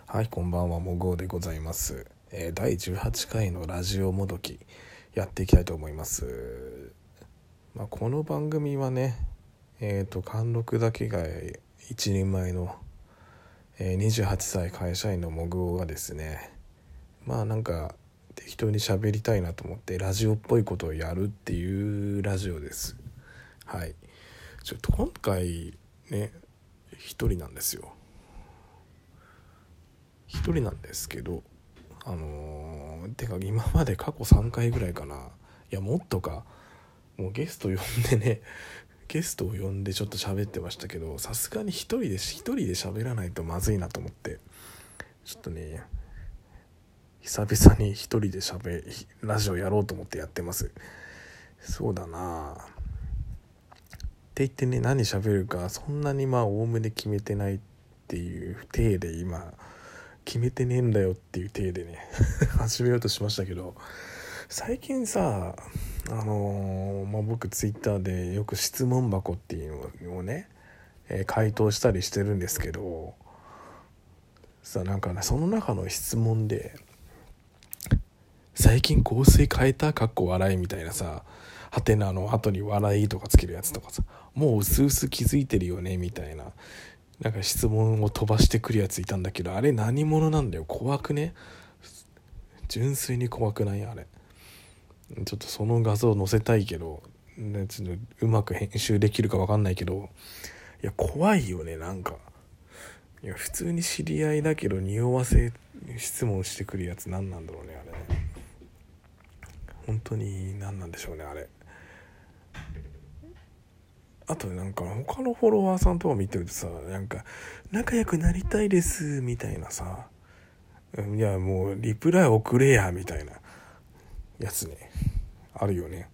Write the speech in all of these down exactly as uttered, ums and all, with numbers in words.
はい、こんばんは、もごうでございます。えー、だいじゅうはちかいのラジオもどきやっていきたいと思います。まあ、この番組はね、えーと貫禄だけが一人前の、えー、にじゅうはっさい会社員のもぐおがですね、まあなんか適当に喋りたいなと思ってラジオっぽいことをやるっていうラジオです。はい。ちょっと今回ね、一人なんですよ。一人なんですけど、あのー、てか今まで過去さんかいぐらいかな、いやもっとか、もうゲスト呼んでねゲストを呼んでちょっと喋ってましたけど、さすがに一人で一人で喋らないとまずいなと思って、ちょっとね久々に一人で喋ラジオやろうと思ってやってます。そうだなって言ってね、何喋るかそんなにまあおおむね決めてないっていう体で、今決めてねえんだよっていう体でね始めようとしましたけど、最近さ、あのーまあ、僕ツイッターでよく質問箱っていうのをね、えー回答したりしてるんですけどさ、なんかね、その中の質問で最近香水変えたかっこ笑いみたいなさ、ハテナの後に笑いとかつけるやつとかさ、もう薄々気づいてるよねみたいな、なんか質問を飛ばしてくるやついたんだけど、あれ何者なんだよ、怖くね、純粋に怖くないあれ。ちょっとその画像載せたいけど、ね、ちょっとうまく編集できるか分かんないけど、いや怖いよね。なんかいや普通に知り合いだけど匂わせ質問してくるやつ何なんだろうね、あれね。本当に何なんでしょうねあれ。あとなんか他のフォロワーさんとか見てるとさ、なんか仲良くなりたいですみたいなさ、いやもうリプライ送れやみたいなやつね、あるよね。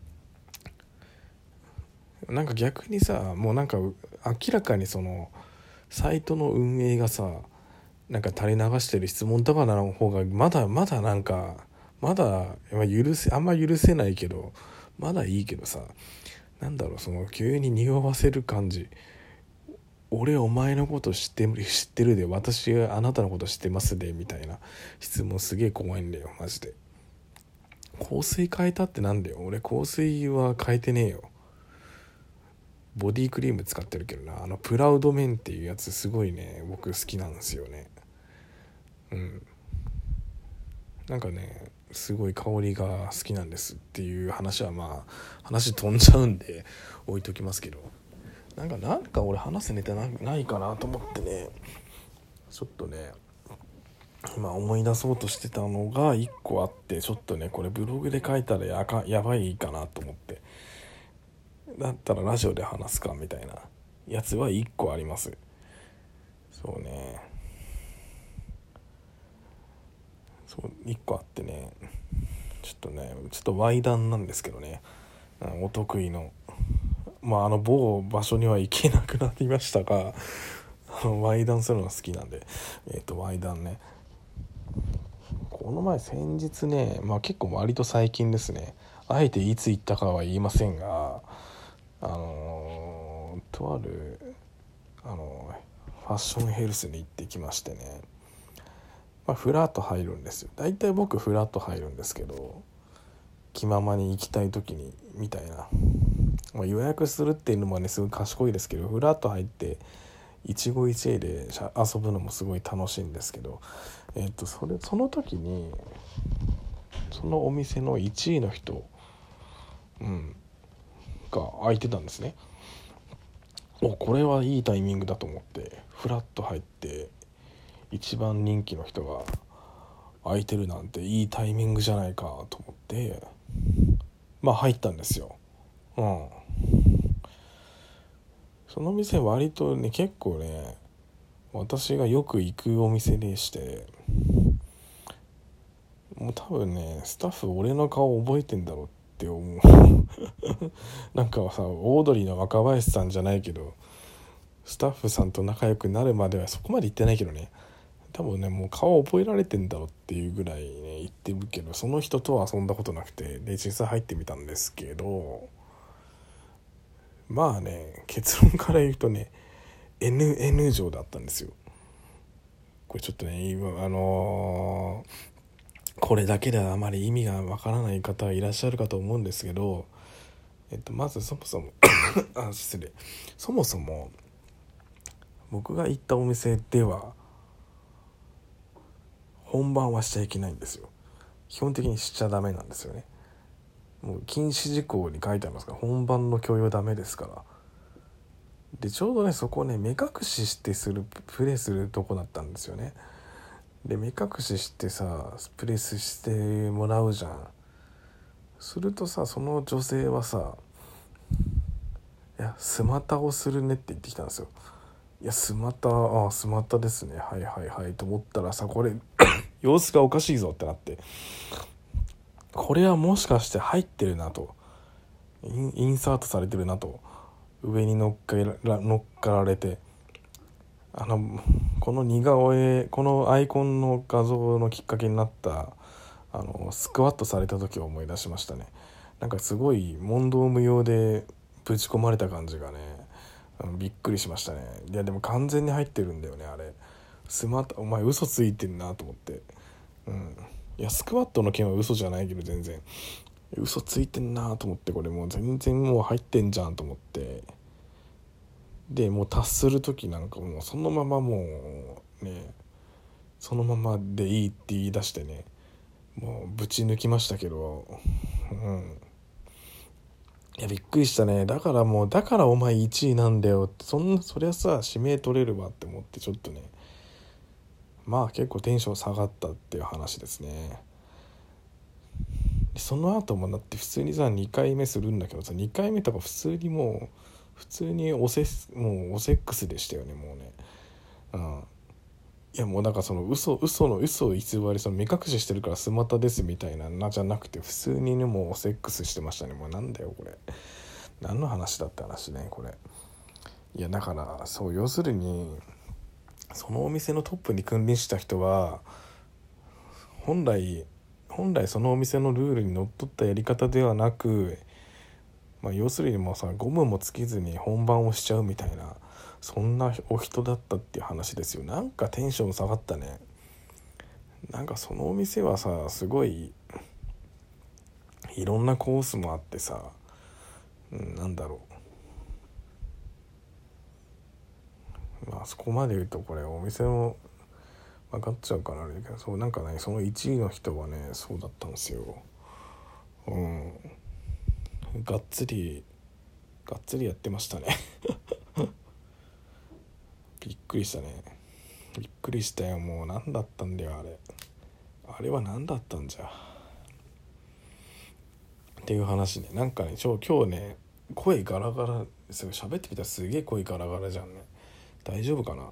なんか逆にさ、もうなんか明らかにそのサイトの運営がさ、なんか垂れ流してる質問とかの方がまだまだなんかまだ許せあんま許せないけど、まだいいけどさ、なんだろう、その急に匂わせる感じ。俺お前のこと知ってる知ってるで、私はあなたのこと知ってますでみたいな質問すげえ怖いんだよマジで。香水変えたってなんだよ、俺香水は変えてねえよ。ボディクリーム使ってるけどな、あのプラウドメンっていうやつすごいね、僕好きなんですよね。うん、なんかねすごい香りが好きなんですっていう話は、まあ話飛んじゃうんで置いときますけど、なんかなんか俺話すネタ な, ないかなと思ってね、ちょっとね今思い出そうとしてたのがいっこあって、ちょっとねこれブログで書いたらやかやばいかなと思って、だったらラジオで話すかみたいなやつはいっこあります。そうね、そういっこあってね、ちょっとねちょっとワイダンなんですけどね、お得意の、まああの某場所には行けなくなりましたが、あのワイダンするのが好きなんで、えっとワイダンね、この前先日ね、まあ結構割と最近ですね、あえていつ行ったかは言いませんが、あのー、とあるあのー、ファッションヘルスに行ってきましてね、まあ、フラッと入るんですよ。だいたい僕フラッと入るんですけど、気ままに行きたい時にみたいな、まあ、予約するっていうのもねすごい賢いですけど、フラッと入って一期一会で遊ぶのもすごい楽しいんですけど、えっとそれその時にそのお店のいちいの人、うん、が空いてたんですね。お、これはいいタイミングだと思ってフラッと入って、一番人気の人が空いてるなんていいタイミングじゃないかと思って、まあ入ったんですよ。うん。その店割とね結構ね私がよく行くお店でして、もう多分ねスタッフ俺の顔覚えてんだろうって思うなんかさ、オードリーの若林さんじゃないけどスタッフさんと仲良くなるまではそこまで行ってないけどね、多分ねもう顔覚えられてんだろうっていうぐらいね言ってるけど、その人とは遊んだことなくて、で実際入ってみたんですけど、まあね結論から言うとね エヌエヌ 錠だったんですよ。 これちょっとね今あのー、これだけではあまり意味がわからない方いらっしゃるかと思うんですけど、えっと、まずそもそもあ失礼そもそも僕が行ったお店では本番はしちゃいけないんですよ。基本的にしちゃダメなんですよね。もう禁止事項に書いてありますから、本番の許容ダメですから。でちょうどねそこね目隠ししてするプレイするとこだったんですよね。で目隠ししてさプレスしてもらうじゃん。するとさその女性はさ「いやスマタをするね」って言ってきたんですよ。いやスマタああスマタですねはいはいはいと思ったらさ、これ様子がおかしいぞってなって、これはもしかして入ってるなと、イン、インサートされてるなと、上に乗っから乗っかられて、あのこの似顔絵このアイコンの画像のきっかけになったあのスクワットされた時を思い出しましたね。なんかすごい問答無用でぶち込まれた感じがね、びっくりしましたね。いやでも完全に入ってるんだよねあれ。スマートお前嘘ついてんなと思って、うん、いやスクワットの件は嘘じゃないけど全然嘘ついてんなと思って、これもう全然もう入ってんじゃんと思って、でもう達する時なんかもうそのままもうねそのままでいいって言い出してね、もうぶち抜きましたけど、うんいやびっくりしたね。だからもうだからお前いちいなんだよって、そんなそりゃさ指名取れるわって思って、ちょっとねまあ結構テンション下がったっていう話ですね。でその後もだって普通にさにかいめするんだけどさ、にかいめとか普通にもう普通におセもうおセックスでしたよねもうね。うんいやもうなんかその嘘嘘の嘘を偽りその目隠ししてるからスマタですみたいななじゃなくて、普通にねもうセックスしてましたね。もうなんだよこれ何の話だって話ねこれ。いやだからそう要するにそのお店のトップに君臨した人は本来本来そのお店のルールにのっとったやり方ではなく、まあ、要するにもうさゴムもつけずに本番をしちゃうみたいな、そんなお人だったっていう話ですよ。なんかテンション下がったね。なんかそのお店はさすごいいろんなコースもあってさ、うん、なんだろう、まあそこまで言うとこれお店の分かっちゃうからあれだけど、そうなんかねそのいちいの人はねそうだったんですよ。うんがっつりがっつりやってましたねびっくりしたね。びっくりしたよ。もう何だったんだよあれ。あれは何だったんじゃっていう話ね。なんかねちょ今日ね声ガラガラですよ。喋ってみたらすげえ声ガラガラじゃんね。大丈夫かな。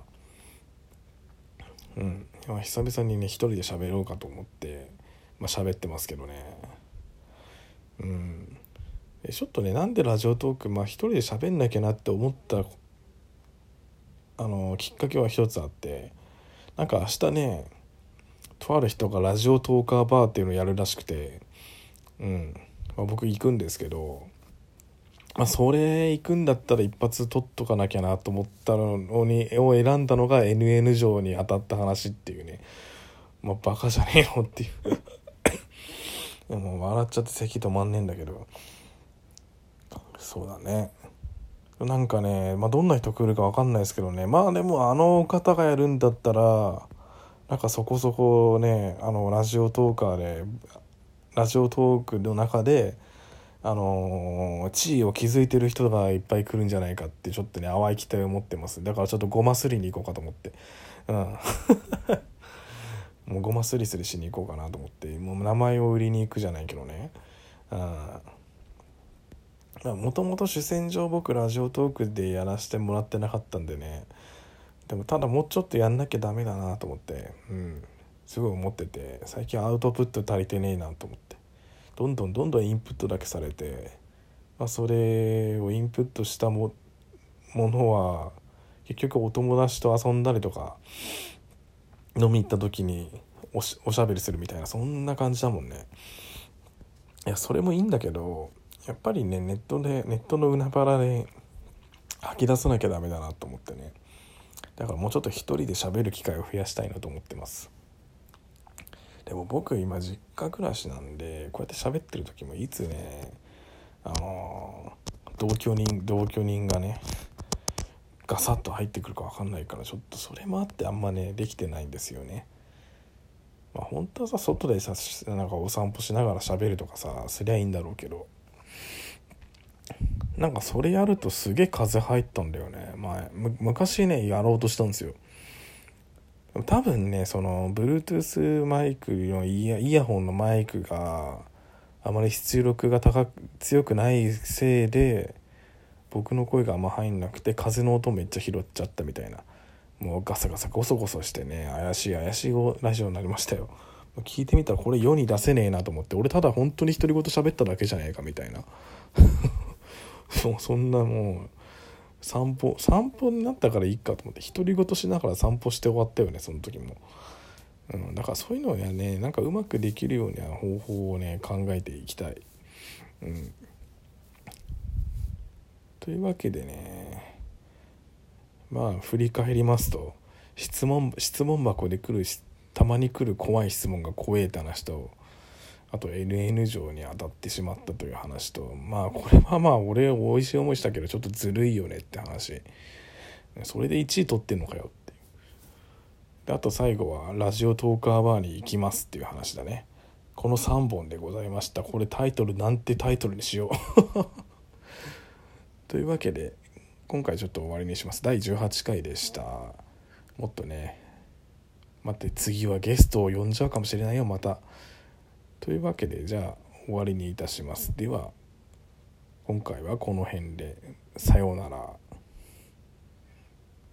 うん今久々にね一人で喋ろうかと思ってまあ喋ってますけどね。うんちょっとねなんでラジオトークまあ一人で喋んなきゃなって思ったあのきっかけは一つあって、なんか明日ねとある人がラジオトーカーバーっていうのをやるらしくて、うんまあ、僕行くんですけど、まあ、それ行くんだったら一発取っとかなきゃなと思ったのにを選んだのが エヌエヌ 城に当たった話っていうね。まあバカじゃねえよっていういやもう笑っちゃって咳止まんねえんだけど、そうだねなんかね、まあ、どんな人来るか分かんないですけどね、まあでもあの方がやるんだったらなんかそこそこねあのラジオトーカーでラジオトークの中であのー、地位を築いてる人がいっぱい来るんじゃないかってちょっとね淡い期待を持ってます。だからちょっとごますりに行こうかと思って、うんもうごますりすりしに行こうかなと思って、もう名前を売りに行くじゃないけどね。もともと主戦場僕ラジオトークでやらせてもらってなかったんでね。でもただもうちょっとやんなきゃダメだなと思って、うんすごい思ってて、最近アウトプット足りてねえなと思って、どんどんどんどんインプットだけされて、まあ、それをインプットしたもものは結局お友達と遊んだりとか飲み行った時におし、おしゃべりするみたいなそんな感じだもんね。いやそれもいいんだけどやっぱりねネットでネットの海原で吐き出さなきゃダメだなと思ってね。 だからもうちょっと一人で喋る機会を増やしたいなと思ってます。でも僕今実家暮らしなんで、こうやって喋ってる時もいつねあの同居人同居人がねガサッと入ってくるか分かんないから、ちょっとそれもあってあんまねできてないんですよね。まあ本当はさ、外でさなんかお散歩しながら喋るとかさすりゃいいんだろうけど、なんかそれやるとすげえ風入ったんだよね。前む昔ねやろうとしたんですよ。多分ねその Bluetooth マイクのイヤ、イヤホンのマイクがあまり出力が高く強くないせいで僕の声があんま入んなくて、風の音めっちゃ拾っちゃったみたいな、もうガサガサゴソゴソしてね怪しい怪しいラジオになりましたよ。聞いてみたらこれ世に出せねえなと思って、俺ただ本当に独り言喋っただけじゃねえかみたいなもうそんなもう散歩散歩になったからいいかと思って独り言しながら散歩して終わったよねその時も。うん、だからそういうのはねなんかうまくできるような方法をね考えていきたい。うん、というわけでね、まあ振り返りますと、質問質問箱で来るたまに来る怖い質問が怖えって話と、あと エヌエヌ 錠に当たってしまったという話と、まあこれはまあ俺美味しい思いしたけどちょっとずるいよねって話、それでいちい取ってんのかよっていう。であと最後はラジオトークアワーに行きますっていう話だね。このさんぼんでございました。これタイトルなんてタイトルにしようというわけで今回ちょっと終わりにします。だいじゅうはちかいでした。もっとね待って、次はゲストを呼んじゃうかもしれないよまた。というわけでじゃあ終わりにいたします。では今回はこの辺でさようなら。